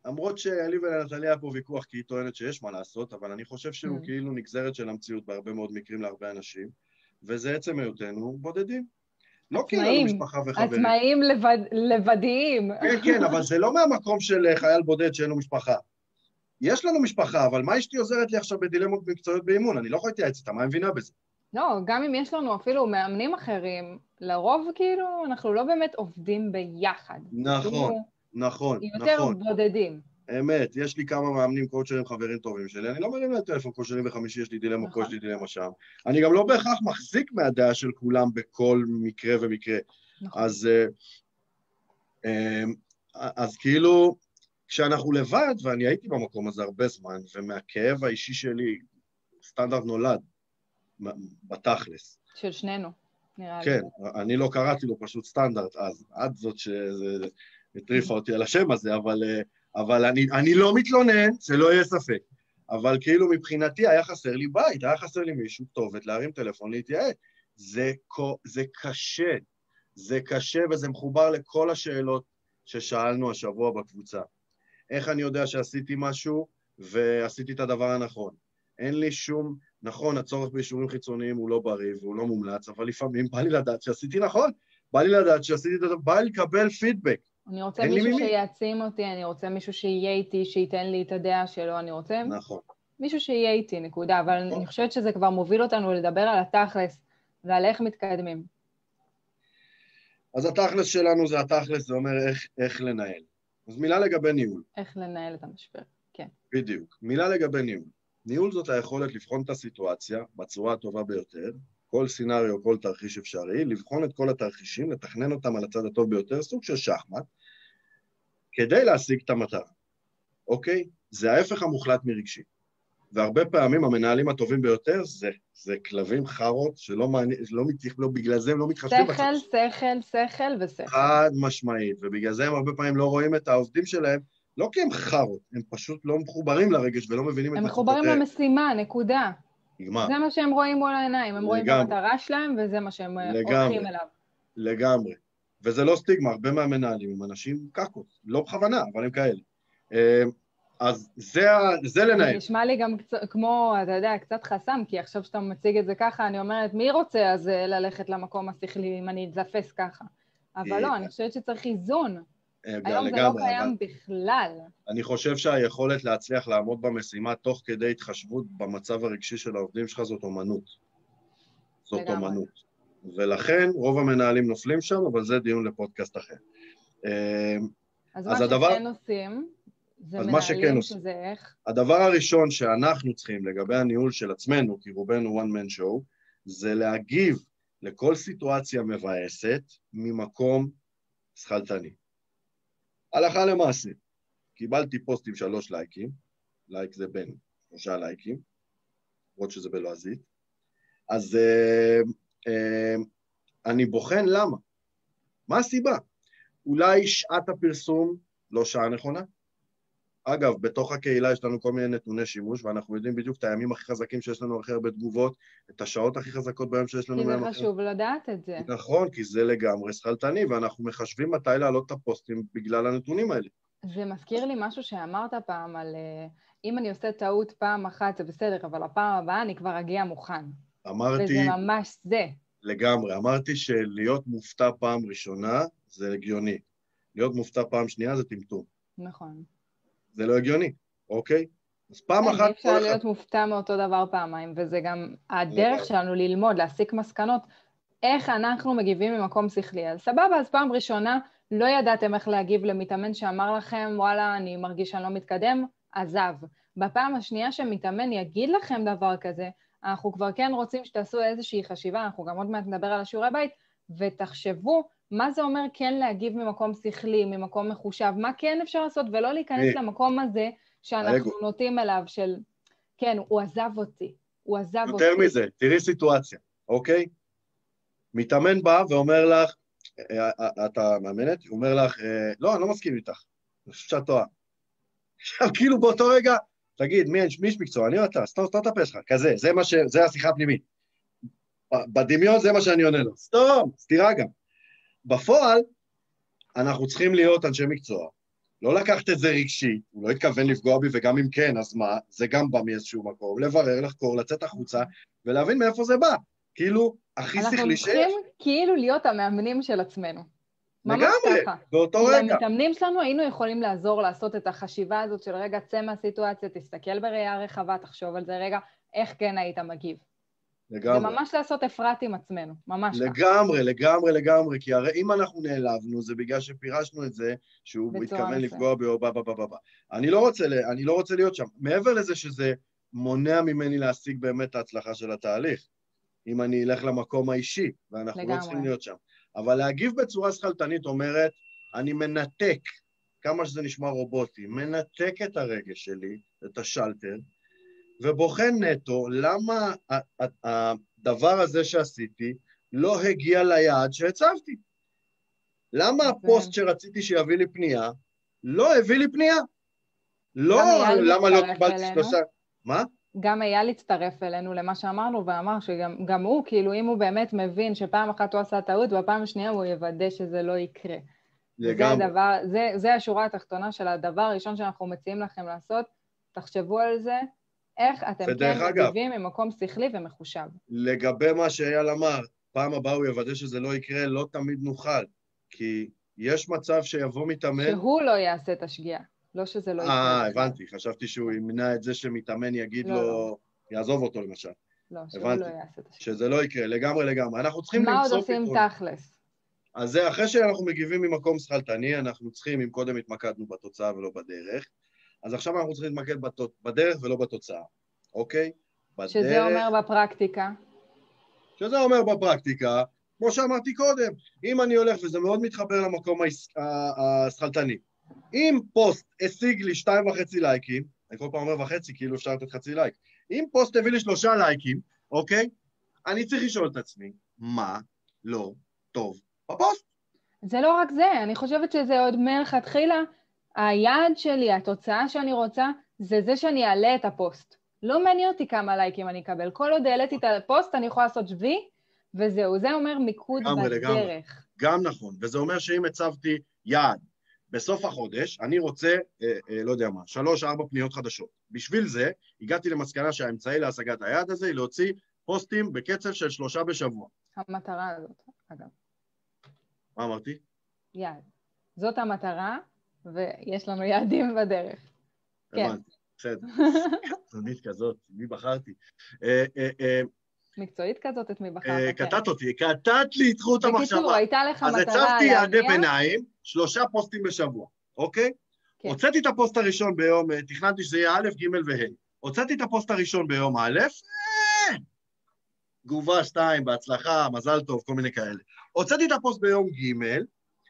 Speaker 2: למרות שלי ולנטלי היה פה ויכוח, כי היא טוענת שיש מה לעשות, אבל אני חושב שהוא
Speaker 1: Mm.
Speaker 2: כאילו נגזרת של המציאות בהרבה מאוד מקרים להרבה אנשים, וזה עצם היותנו בודדים. לא כי אין לנו
Speaker 1: עצמאים,
Speaker 2: משפחה וחברים.
Speaker 1: עצמאים לבד, לבדיים.
Speaker 2: כן, כן, אבל זה לא מהמקום של חייל בודד שאין לו משפחה. יש לנו משפחה, אבל מה אשתי עוזרת לי עכשיו בדילמות מקצועיות באימון? אני לא יכול להתייעץ איתה, מה היא מבינה בזה?
Speaker 1: לא, גם אם יש לנו אפילו מאמנים אחרים, לרוב כאילו אנחנו לא באמת עובדים ביחד.
Speaker 2: נכון,
Speaker 1: כאילו,
Speaker 2: נכון,
Speaker 1: יותר
Speaker 2: נכון.
Speaker 1: בודדים.
Speaker 2: אמת, יש לי כמה מאמנים קואוצ'רים חברים טובים שלי, אני לא מרים לטלפון כל שני וחמישי, יש לי דילמה פה,
Speaker 1: נכון.
Speaker 2: יש לי דילמה שם. אני גם לא בהכרח מחזיק מהדעה של כולם בכל מקרה ומקרה.
Speaker 1: נכון.
Speaker 2: אז, אה, אז כאילו, כשאנחנו לבד, ואני הייתי במקום הזה הרבה זמן, ומהכאב האישי שלי, סטנדרט נולד, בתכלס.
Speaker 1: של שנינו, נראה לי.
Speaker 2: כן, אני לא קראתי לו פשוט סטנדרט אז, עד זאת שהטריפה אותי על השם הזה, אבל, אבל אני, אני לא מתלונן, זה לא יהיה ספק. אבל כאילו מבחינתי היה חסר לי בית, היה חסר לי מישהו כתובת להרים טלפון להתייעץ. זה, זה קשה, זה קשה וזה מחובר לכל השאלות ששאלנו השבוע בקבוצה. איך אני יודע שעשיתי משהו ועשיתי את הדבר הנכון? אין לי שום, נכון, הצורך באישורים חיצוניים הוא לא בריא והוא לא מומלץ, אבל לפעמים בא לי לדעת שעשיתי נכון, בא לי לדעת שעשיתי את הדבר, בא לי לקבל פידבק.
Speaker 1: אני רוצה מישהו שיעצים אותי, אני רוצה מישהו שיהיה איתי, שייתן לי את הדעה שלו, אני רוצה
Speaker 2: נכון.
Speaker 1: מישהו שיהיה איתי, נקודה, אבל
Speaker 2: נכון.
Speaker 1: אני חושבת שזה כבר מוביל אותנו לדבר על התכלס ועל איך מתקדמים.
Speaker 2: אז התכלס שלנו זה התכלס, זה אומר איך, איך לנהל. אז מילה לגבי ניהול.
Speaker 1: איך לנהל את המשבר, כן.
Speaker 2: בדיוק. מילה לגבי ניהול. ניהול זאת היכולת לבחון את הסיטואציה בצורה הטובה ביותר, כל סינריו, כל תרחיש אפשרי, לבחון את כל התרחישים, לתכנן אותם על הצד הטוב ביותר, סוג של שחמט, כדי להשיג את המטרה. אוקיי? זה ההפך המוחלט מרגשי. והרבה פעמים המנהלים הטובים ביותר זה, זה כלבים חרות שלא מעניין, לא מתייחס, לא, בגלל זה הם לא מתחשבים בצד.
Speaker 1: שכל, שכל, שכל ושכל.
Speaker 2: חד משמעית, ובגלל זה הם הרבה פעמים לא רואים את העובדים שלהם, לא כי הם חרות, הם פשוט לא מחוברים לרגש ולא מבינים את
Speaker 1: הם מחוברים למשימה, נקודה.
Speaker 2: נגמר.
Speaker 1: זה מה שהם רואים מול העיניים, הם רואים את המטרה שלהם וזה מה שהם הולכים אליו.
Speaker 2: לגמרי. וזה לא סטיגמה, הרבה מהמנהלים הם אנשים קקות, לא בכוונה, אבל הם כאלה. אז זה, זה לנהל.
Speaker 1: נשמע לי גם קצת, כמו, אתה יודע, קצת חסם, כי עכשיו שאתה מציג את זה ככה, אני אומרת, מי רוצה אז ללכת למקום השכלי אם אני אתזפס ככה? אבל לא, אני חושבת שצריך איזון. היום זה לא קיים בכלל.
Speaker 2: אני חושב שהיכולת להצליח לעמוד במשימה תוך כדי התחשבות במצב הרגשי של העובדים שלך זאת אומנות. זאת אומנות. ולכן רוב המנהלים נופלים שם, אבל זה דיון לפודקאסט אחר.
Speaker 1: אז מה שכן עושים, זה מנהלים שזה איך?
Speaker 2: הדבר הראשון שאנחנו צריכים לגבי הניהול של עצמנו, כי רובנו one man show, זה להגיב לכל סיטואציה מבאסת ממקום שכלתני. הלכה למעשה, קיבלתי פוסט עם שלוש לייקים, לייק זה בין שלושה לייקים, למרות שזה בלועזית, אז uh, uh, אני בוחן למה. מה הסיבה? אולי שעת הפרסום לא שעה נכונה? אגב, בתוך הקהילה יש לנו כל מיני נתוני שימוש, ואנחנו יודעים בדיוק את הימים הכי חזקים שיש לנו הכי הרבה תגובות, את השעות הכי חזקות ביום שיש לנו...
Speaker 1: כי זה חשוב אחר. לדעת את זה.
Speaker 2: נכון, כי זה לגמרי שכלתני, ואנחנו מחשבים מתי להעלות את הפוסטים בגלל הנתונים האלה.
Speaker 1: זה מזכיר לי משהו שאמרת פעם על, אם אני עושה טעות פעם אחת זה בסדר, אבל הפעם הבאה אני כבר אגיע מוכן.
Speaker 2: אמרתי...
Speaker 1: וזה ממש זה.
Speaker 2: לגמרי, אמרתי שלהיות מופתע פעם ראשונה זה הגיוני. להיות מופתע פעם שנייה זה טמטום.
Speaker 1: נכון.
Speaker 2: זה לא הגיוני, אוקיי? אז פעם אחת...
Speaker 1: אי אפשר להיות מופתע מאותו דבר פעמיים, וזה גם הדרך שלנו ללמוד, להסיק מסקנות, איך אנחנו מגיבים ממקום שכלי. אז סבבה, אז פעם ראשונה לא ידעתם איך להגיב למתאמן שאמר לכם, וואלה, אני מרגיש שאני לא מתקדם, עזב. בפעם השנייה שמתאמן יגיד לכם דבר כזה, אנחנו כבר כן רוצים שתעשו איזושהי חשיבה, אנחנו גם עוד מעט נדבר על השיעורי בית, ותחשבו מה זה אומר כן להגיב ממקום שכלי, ממקום מחושב, מה כן אפשר לעשות, ולא להיכנס למקום הזה שאנחנו נוטים אליו של, כן, הוא עזב אותי, הוא עזב אותי.
Speaker 2: יותר מזה, תראי סיטואציה, אוקיי? מתאמן בא ואומר לך, אתה מאמנת? הוא אומר לך, לא, אני לא מסכים איתך, אני חושב שאת טועה. עכשיו, כאילו באותו רגע, תגיד, מי איש מקצועני או אתה? סתום, סתום את הפה שלך, כזה, זה מה ש... זה השיחה הפנימית. בדמיון זה מה שאני עונה לו. סתום, סתירה גם. בפועל, אנחנו צריכים להיות אנשי מקצוע, לא לקחת את זה רגשי, הוא לא התכוון לפגוע בי, וגם אם כן, אז מה? זה גם בא מאיזשהו מקום, לברר, לחקור, לצאת החוצה, ולהבין מאיפה זה בא. כאילו, הכי שכלי שיש.
Speaker 1: אנחנו צריכים כאילו להיות המאמנים של עצמנו. ממש
Speaker 2: לגמרי,
Speaker 1: ככה.
Speaker 2: באותו
Speaker 1: כי
Speaker 2: רגע.
Speaker 1: למתאמנים שלנו היינו יכולים לעזור לעשות את החשיבה הזאת של רגע, צא מהסיטואציה, תסתכל בראייה רחבה, תחשוב על זה רגע, איך כן היית מגיב.
Speaker 2: לגמרי.
Speaker 1: זה ממש לעשות אפרת עם עצמנו, ממש ככה.
Speaker 2: לגמרי, לגמרי, לגמרי, כי הרי אם אנחנו נעלבנו, זה בגלל שפירשנו את זה, שהוא התכוון לפגוע בי או בא, בא, בא, בא, בא. אני לא רוצה, אני לא רוצה להיות שם. מעבר לזה שזה מונע ממני להשיג באמת את ההצלחה של התהליך, אם אני אלך למקום האישי, ואנחנו לגמרי. לא צריכים להיות שם. אבל להגיב בצורה שכלתנית אומרת, אני מנתק, כמה שזה נשמע רובוטי, מנתק את הרגש שלי, את השלטר, ובוחן נטו, למה הדבר הזה שעשיתי לא הגיע ליעד שהצבתי? למה הפוסט שרציתי שיביא לי פנייה, לא הביא לי פנייה? לא, למה לא קיבלתי שלושה? מה?
Speaker 1: גם אייל הצטרף אלינו למה שאמרנו, ואמר שגם הוא, כאילו, אם הוא באמת מבין שפעם אחת הוא עשה טעות, ובפעם השנייה הוא יוודא שזה לא יקרה. לגמרי. זה הדבר, זה, זה השורה התחתונה של הדבר הראשון שאנחנו מציעים לכם לעשות, תחשבו על זה, איך אתם כן מגיבים ממקום שכלי ומחושב.
Speaker 2: לגבי מה שאייל אמר, פעם הבאה הוא יוודא שזה לא יקרה, לא תמיד נוכל, כי יש מצב שיבוא מתאמן...
Speaker 1: שהוא לא יעשה את השגיאה, לא שזה לא יקרה.
Speaker 2: אה, הבנתי, חשבתי שהוא ימנע את זה שמתאמן יגיד לו, לא. יעזוב אותו למשל.
Speaker 1: לא, שהוא הבנתי. לא יעשה את השגיאה.
Speaker 2: שזה לא יקרה, לגמרי לגמרי. אנחנו צריכים למצוא...
Speaker 1: מה עוד עושים תכלס?
Speaker 2: אז זה, אחרי שאנחנו מגיבים ממקום שכלתני, אנחנו צריכים, אם קודם התמקדנו בתוצאה ולא בדרך, אז עכשיו אנחנו צריכים להתמקד בדרך ולא בתוצאה, אוקיי?
Speaker 1: בדרך, שזה אומר בפרקטיקה?
Speaker 2: שזה אומר בפרקטיקה, כמו שאמרתי קודם, אם אני הולך, וזה מאוד מתחבר למקום השכלתני, אם פוסט השיג לי שתיים וחצי לייקים, אני כל פעם אומר וחצי, כאילו אפשר לתת חצי לייק, אם פוסט הביא לי שלושה לייקים, אוקיי? אני צריך לשאול את עצמי, מה לא טוב בפוסט?
Speaker 1: זה לא רק זה, אני חושבת שזה עוד מלכתחילה, היעד שלי, התוצאה שאני רוצה, זה זה שאני אעלה את הפוסט. לא מעניין אותי כמה לייקים אני אקבל. כל עוד העליתי את הפוסט, אני יכולה לעשות וי, וזהו. זה אומר מיקוד
Speaker 2: לגמרי,
Speaker 1: בדרך.
Speaker 2: לגמרי. גם נכון. וזה אומר שאם הצבתי יעד בסוף החודש, אני רוצה, אה, אה, לא יודע מה, שלוש, ארבע פניות חדשות. בשביל זה, הגעתי למסקנה שהאמצעי להשגת היעד הזה היא להוציא פוסטים בקצב של שלושה בשבוע.
Speaker 1: המטרה הזאת, אגב.
Speaker 2: מה אמרתי?
Speaker 1: יעד. זאת המטרה, ויש לנו יעדים בדרך.
Speaker 2: הבנתי, בסדר. קצונית כזאת, מי בחרתי?
Speaker 1: מקצועית כזאת, את מי בחרת?
Speaker 2: קטעת אותי, קטעת לי את חוט המחשבה.
Speaker 1: בקיצור, הייתה לך מטרה להגיע.
Speaker 2: אז הצבתי יעדי ביניים, שלושה פוסטים בשבוע, אוקיי? הוצאתי את הפוסט הראשון ביום, תכננתי שזה יהיה א', ג' וה'. הוצאתי את הפוסט הראשון ביום א', תגובה שתיים, בהצלחה, מזל טוב, כל מיני כאלה. הוצאתי את הפוסט ביום ג',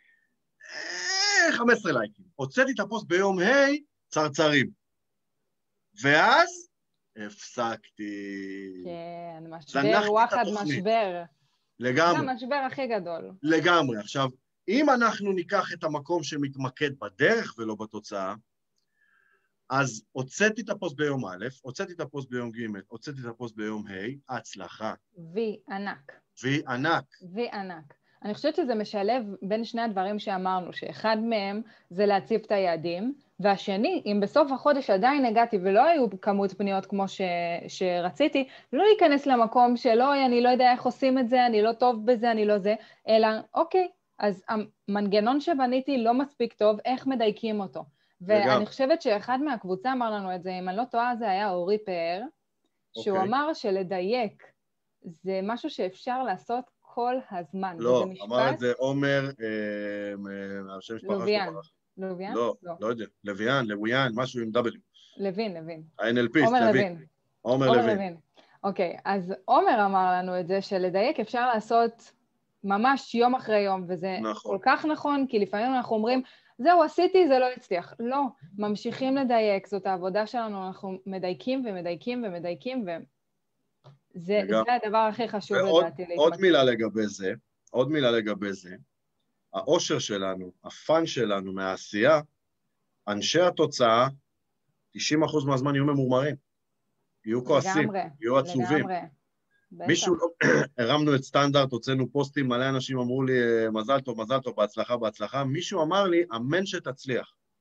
Speaker 2: חמש עשרה לייקים. הוצאתי את הפוסט ביום ה', צרצרים. ואז הפסקתי.
Speaker 1: כן, משבר, וואחד משבר.
Speaker 2: לגמרי.
Speaker 1: זה המשבר הכי גדול.
Speaker 2: לגמרי. עכשיו, אם אנחנו ניקח את המקום שמתמקד בדרך ולא בתוצאה, אז הוצאתי את הפוסט ביום א', הוצאתי את הפוסט ביום ג', הוצאתי את הפוסט ביום ה', הצלחה.
Speaker 1: וי ענק.
Speaker 2: וי ענק.
Speaker 1: וי ענק. אני חושבת שזה משלב בין שני הדברים שאמרנו, שאחד מהם זה להציב את היעדים, והשני, אם בסוף החודש עדיין הגעתי ולא היו כמות פניות כמו ש... שרציתי, לא להיכנס למקום שלא, אני לא יודע איך עושים את זה, אני לא טוב בזה, אני לא זה, אלא אוקיי, אז המנגנון שבניתי לא מספיק טוב, איך מדייקים אותו? ואני חושבת שאחד מהקבוצה אמר לנו את זה, אם אני לא טועה, זה היה אורי פאר, שהוא okay. אמר שלדייק זה משהו שאפשר לעשות כל הזמן.
Speaker 2: לא, אמר את זה עומר, השם משפחה
Speaker 1: לוביאן. לוביאן?
Speaker 2: לא, לא יודע. לויאן, לוויאן, משהו עם W.
Speaker 1: לוין, לוין.
Speaker 2: ה-אן אל פי,
Speaker 1: עומר לוין.
Speaker 2: עומר לוין.
Speaker 1: אוקיי, אז עומר אמר לנו את זה, שלדייק אפשר לעשות ממש יום אחרי יום, וזה כל כך נכון, כי לפעמים אנחנו אומרים, זהו, עשיתי, זה לא הצליח. לא, ממשיכים לדייק, זאת העבודה שלנו, אנחנו מדייקים ומדייקים ומדייקים, וזה הדבר הכי חשוב לדעתי להתמצא.
Speaker 2: עוד מילה לגבי זה, עוד מילה לגבי זה, האושר שלנו, הפן שלנו מהעשייה, אנשי התוצאה, תשעים אחוז מהזמן יהיו ממורמרים, יהיו כועסים, יהיו עצובים. לגמרי. מישהו, הרמנו את סטנדרט, הוצאנו פוסטים, מלא אנשים אמרו לי, מזל טוב, מזל טוב, בהצלחה, בהצלחה. מישהו אמר לי, אמן שתצליח.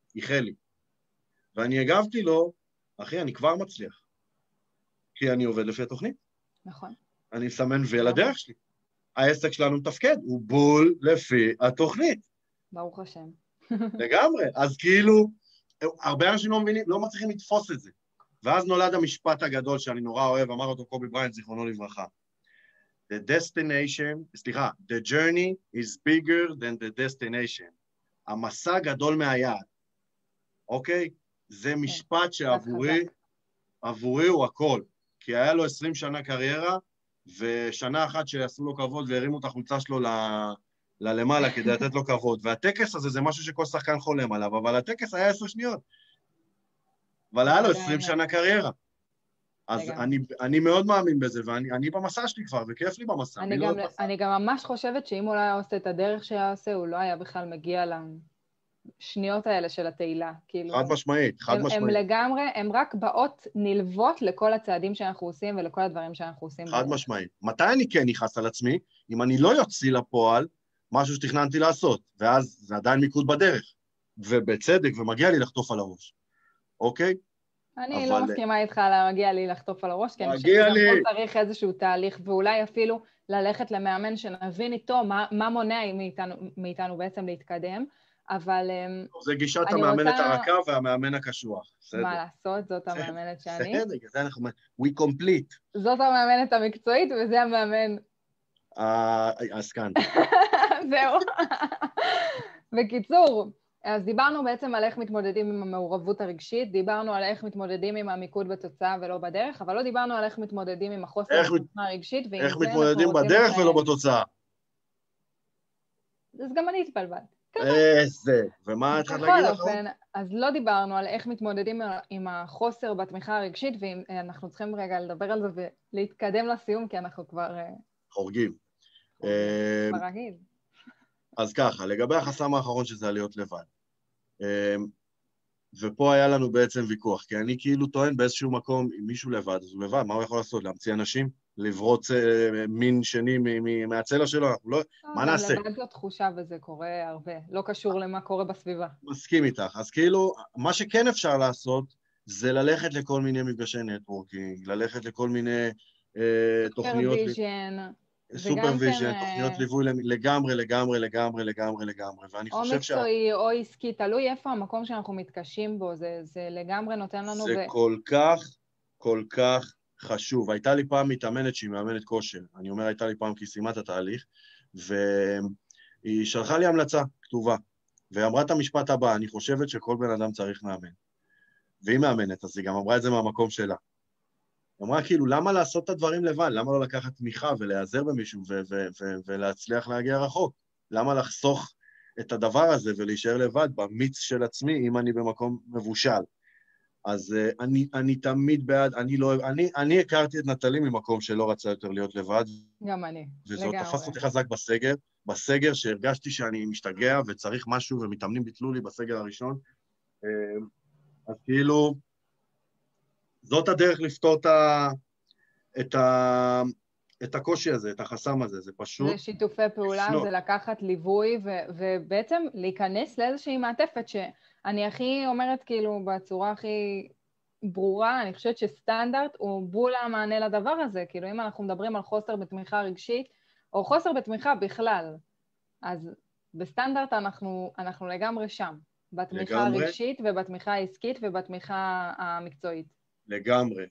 Speaker 2: איחל לי. ואני הגבתי לו, אחי, אני כבר מצליח. כי אני עובד לפי התוכנית.
Speaker 1: נכון.
Speaker 2: אני מסמן וי על הדרך שלי. העסק שלנו מתפקד, הוא בול לפי התוכנית.
Speaker 1: ברוך השם.
Speaker 2: לגמרי. אז כאילו, הרבה אנשים לא מבינים, לא מצליחים לתפוס את זה. ואז נולד המשפט הגדול שאני נורא אוהב, אמר אותו קובי בריינט, זיכרונו לברכה. The destination, סליחה, the journey is bigger than the destination. המסע גדול מהיעד. אוקיי? זה משפט שעבורי, עבורי הוא הכל. כי היה לו עשרים שנה קריירה, ושנה אחת שעשו לו כבוד והרימו את החולצה שלו ל... ללמעלה כדי לתת לו כבוד. והטקס הזה זה משהו שכל שחקן חולם עליו, אבל הטקס היה עשר שניות. אבל היה לו עשרים שנה קריירה. אז אני, אני מאוד מאמין בזה, ואני אני במסע שלי כבר, וכיף לי במסע.
Speaker 1: אני, גם, אני גם ממש חושבת שאם הוא לא היה עושה את הדרך שהיה עושה, הוא לא היה בכלל מגיע לשניות האלה של התהילה. כאילו,
Speaker 2: חד משמעית, חד
Speaker 1: הם,
Speaker 2: משמעית.
Speaker 1: הם לגמרי, הם רק באות נלוות לכל הצעדים שאנחנו עושים, ולכל הדברים שאנחנו עושים.
Speaker 2: חד משמעית. מתי אני כן נכנס על עצמי? אם אני לא יוציא לפועל, משהו שתכננתי לעשות, ואז זה עדיין מיקוד בדרך, ובצדק, ומגיע לי לחטוף על הראש. אוקיי?
Speaker 1: אני לא מסכימה איתך להגיע לי לחטוף על הראש, כי אני
Speaker 2: חושבת
Speaker 1: שגם צריך איזשהו תהליך, ואולי אפילו ללכת למאמן שנבין איתו מה מונע מאיתנו בעצם להתקדם, אבל...
Speaker 2: זה גישת המאמנת הרכה והמאמן הקשוח.
Speaker 1: מה לעשות? זאת המאמנת שאני.
Speaker 2: בסדר, זה אנחנו... We complete.
Speaker 1: זאת המאמנת המקצועית, וזה המאמן...
Speaker 2: הסקן.
Speaker 1: זהו. בקיצור... אז דיברנו בעצם על איך מתמודדים עם המעורבות הרגשית, דיברנו על איך מתמודדים עם המיקוד בתוצאה ולא בדרך, אבל לא דיברנו על איך מתמודדים עם החוסר הרגשית,
Speaker 2: איך מתמודדים בדרך ולא בתוצאה. אז
Speaker 1: גם אני התבלבלת.
Speaker 2: איזה, ומה התחלת להגיד לך?
Speaker 1: אז לא דיברנו על איך מתמודדים עם החוסר בתמיכה הרגשית, ואנחנו צריכים רגע לדבר על זה ולהתקדם לסיום, כי אנחנו כבר...
Speaker 2: חורגים.
Speaker 1: ברגיל.
Speaker 2: אז ככה, לגבי החסם האחרון שזה להיות לבד. ופה היה לנו בעצם ויכוח, כי אני כאילו טוען באיזשהו מקום, אם מישהו לבד, אז הוא לבד, מה הוא יכול לעשות? להמציא אנשים? לברוץ מין שני מהצלע שלו? לא, מה נעשה?
Speaker 1: לבד זו תחושה וזה קורה הרבה, לא קשור למה קורה בסביבה.
Speaker 2: מסכים איתך. אז כאילו, מה שכן אפשר לעשות, זה ללכת לכל מיני מפגשי נטוורקינג, ללכת לכל מיני תוכניות... סופרוויז'ן, תוכניות ליווי לגמרי, לגמרי, לגמרי, לגמרי, לגמרי, ואני חושב
Speaker 1: שה... או מקצועי או עסקי, תלוי איפה המקום שאנחנו מתקשים בו, זה, זה לגמרי נותן לנו...
Speaker 2: זה ו... כל כך, כל כך חשוב. הייתה לי פעם מתאמנת שהיא מאמנת כושר, אני אומר הייתה לי פעם כי סיימה את התהליך, והיא שלחה לי המלצה כתובה, והיא אמרה את המשפט הבא, אני חושבת שכל בן אדם צריך מאמן. והיא מאמנת, אז היא גם אמרה את זה מהמקום שלה. אמרה, כאילו, למה לעשות את הדברים לבד? למה לא לקחת תמיכה ולהיעזר במישהו ו- ו- ו- ולהצליח להגיע רחוק? למה לחסוך את הדבר הזה ולהישאר לבד במיץ של עצמי אם אני במקום מבושל? אז uh, אני, אני תמיד בעד, אני לא אוהב, אני, אני הכרתי את נטלי ממקום שלא רצה יותר להיות לבד.
Speaker 1: גם אני,
Speaker 2: וזאת לגמרי. תפס אותי חזק בסגר, בסגר שהרגשתי שאני משתגע וצריך משהו ומתאמנים ביטלו לי בסגר הראשון. אז כאילו... זאת הדרך לפתור את, ה, את, ה, את הקושי הזה, את החסם הזה, זה פשוט...
Speaker 1: זה שיתופי פעולה, לפנות. זה לקחת ליווי, ו, ובעצם להיכנס לאיזושהי מעטפת, שאני הכי אומרת כאילו בצורה הכי ברורה, אני חושבת שסטנדרט הוא בול המענה לדבר הזה, כאילו אם אנחנו מדברים על חוסר בתמיכה רגשית, או חוסר בתמיכה בכלל, אז בסטנדרט אנחנו, אנחנו לגמרי שם, בתמיכה לגמרי. הרגשית ובתמיכה העסקית ובתמיכה המקצועית.
Speaker 2: לגמרי,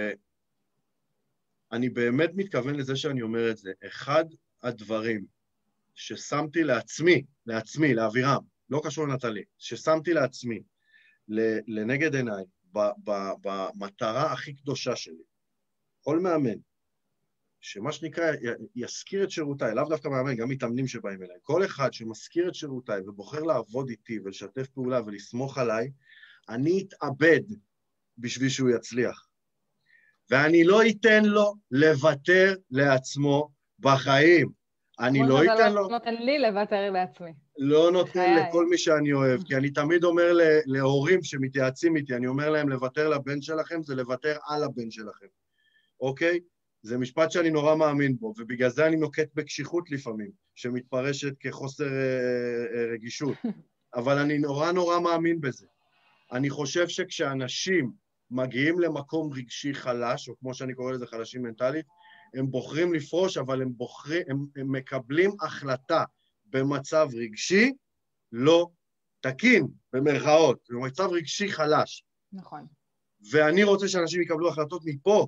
Speaker 2: ואני באמת מתכוון לזה שאני אומר את זה. אחד הדברים ששמתי לעצמי, לעצמי, לאווירם, לא קשור לנטלי, ששמתי לעצמי לנגד עיניי, במטרה הכי קדושה שלי, כל מאמן, שמה שנקרא, יזכיר את שירותיי, לאו דווקא מאמן, גם מתאמנים שבאים אליי, כל אחד שמזכיר את שירותיי ובוחר לעבוד איתי ולשתף פעולה ולסמוך עליי, אני אתאבד בשביל שהוא יצליח. ואני לא אתן לו לוותר לעצמו בחיים. אני לא אתן לו...
Speaker 1: לא נותן לי לוותר לעצמי.
Speaker 2: לא נותן לכל מי שאני אוהב, כי אני תמיד אומר להורים שמתייעצים איתי, אני אומר להם לוותר לבן שלכם, זה לוותר על הבן שלכם. אוקיי? זה משפט שאני נורא מאמין בו, ובגלל זה אני נוקט בקשיחות לפעמים, שמתפרשת כחוסר רגישות. אבל אני נורא נורא מאמין בזה. אני חושב שכשאנשים מגיעים למקום רגשי חלש, או כמו שאני קורא לזה חלשים מנטלית, הם בוחרים לפרוש, אבל הם, בוחרים, הם, הם מקבלים החלטה במצב רגשי לא תקין, במרכאות, במצב רגשי חלש.
Speaker 1: נכון.
Speaker 2: ואני רוצה שאנשים יקבלו החלטות מפה,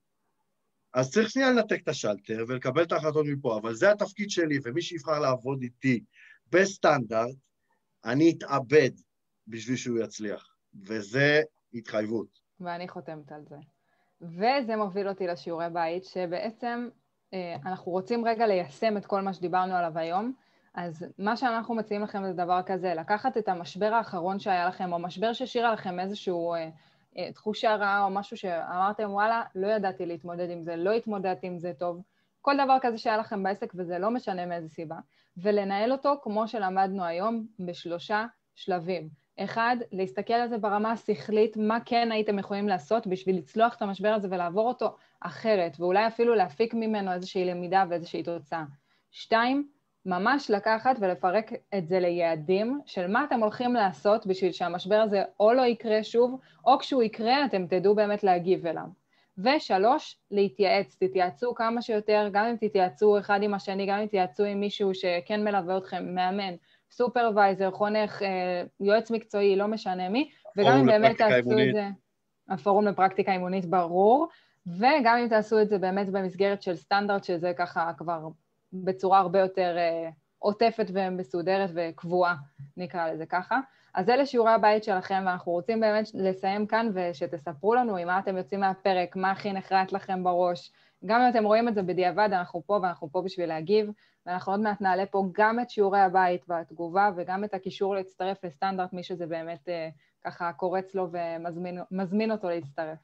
Speaker 2: אז צריך שנייה לנתק את השלטר ולקבל את ההחלטות מפה, אבל זה התפקיד שלי, ומי שיבחר לעבוד איתי בסטנדרט, אני אתאבד בשביל שהוא יצליח, וזה התחייבות.
Speaker 1: ואני חותמת על זה. וזה מוביל אותי לשיעורי בית, שבעצם אה, אנחנו רוצים רגע ליישם את כל מה שדיברנו עליו היום, אז מה שאנחנו מציעים לכם זה דבר כזה, לקחת את המשבר האחרון שהיה לכם, או משבר ששירה לכם איזשהו אה, אה, תחושה רעה, או משהו שאמרתם, וואלה, לא ידעתי להתמודד עם זה, לא התמודדתי עם זה טוב, כל דבר כזה שהיה לכם בעסק, וזה לא משנה מאיזה סיבה, ולנהל אותו כמו שלמדנו היום, בשלושה שלבים. אחד, להסתכל על זה ברמה השכלית, מה כן הייתם יכולים לעשות בשביל לצלוח את המשבר הזה ולעבור אותו אחרת, ואולי אפילו להפיק ממנו איזושהי למידה ואיזושהי תוצאה. שתיים, ממש לקחת ולפרק את זה ליעדים של מה אתם הולכים לעשות בשביל שהמשבר הזה או לא יקרה שוב, או כשהוא יקרה אתם תדעו באמת להגיב אליו. ושלוש, להתייעץ, תתייעצו כמה שיותר, גם אם תתייעצו אחד עם השני, גם אם תתייעצו עם מישהו שכן מלווה אתכם, מאמן, סופרוויזר, חונך, יועץ מקצועי, לא משנה מי, וגם אם באמת תעשו את זה, הפורום לפרקטיקה אימונית ברור, וגם אם תעשו את זה באמת במסגרת של סטנדרט, שזה ככה כבר בצורה הרבה יותר עוטפת ומסודרת וקבועה, נקרא לזה ככה. אז אלה שיעורי הבית שלכם, ואנחנו רוצים באמת לסיים כאן, ושתספרו לנו עם מה אתם יוצאים מהפרק, מה הכי נחרט לכם בראש. גם אם אתם רואים את זה בדיעבד, אנחנו פה ואנחנו פה בשביל להגיב, ואנחנו עוד מעט נעלה פה גם את שיעורי הבית והתגובה, וגם את הקישור להצטרף לסטנדרט, מי שזה באמת אה, ככה קורץ לו ומזמין אותו להצטרף.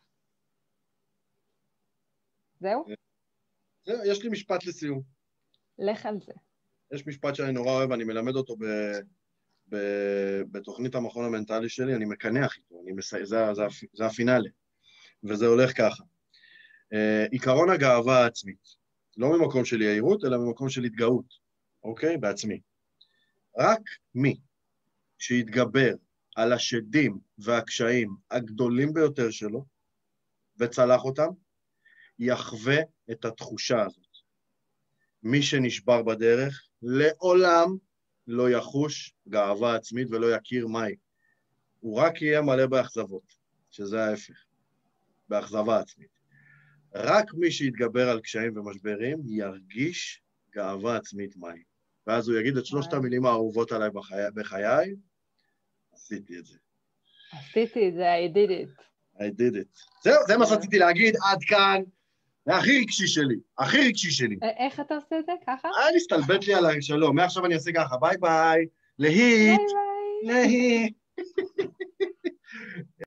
Speaker 1: זהו?
Speaker 2: זהו, יש לי משפט לסיום.
Speaker 1: לך על זה.
Speaker 2: יש משפט שאני נורא אוהב, אני מלמד אותו ב... ב... בתוכנית המכון המנטלי שלי, אני מקנח איתו, אני מס... זה, זה, זה הפינאלי, וזה הולך ככה. אה, עיקרון הגאווה העצמית. לא ממקום של יהירות, אלא ממקום של התגאות, אוקיי? בעצמי. רק מי שיתגבר על השדים והקשיים הגדולים ביותר שלו, וצלח אותם, יחווה את התחושה הזאת. מי שנשבר בדרך, לעולם לא יחוש גאווה עצמית ולא יכיר מהי. הוא רק יהיה מלא באכזבות, שזה ההפך, באכזבה עצמית. רק מי שיתגבר על קשיים ומשברים, ירגיש גאווה עצמית מהי. ואז הוא יגיד את שלושת המילים האהובות עליי בחיי, בחיי, עשיתי את זה.
Speaker 1: עשיתי את זה, I did it.
Speaker 2: I did it. זהו, זה מה שרציתי להגיד, עד כאן, זה הכי רגשי שלי, הכי רגשי שלי.
Speaker 1: איך אתה עושה את זה, ככה?
Speaker 2: אה, נסתלבט לי על השלום, מעכשיו אני אעשה ככה, ביי ביי, להיט, להיט.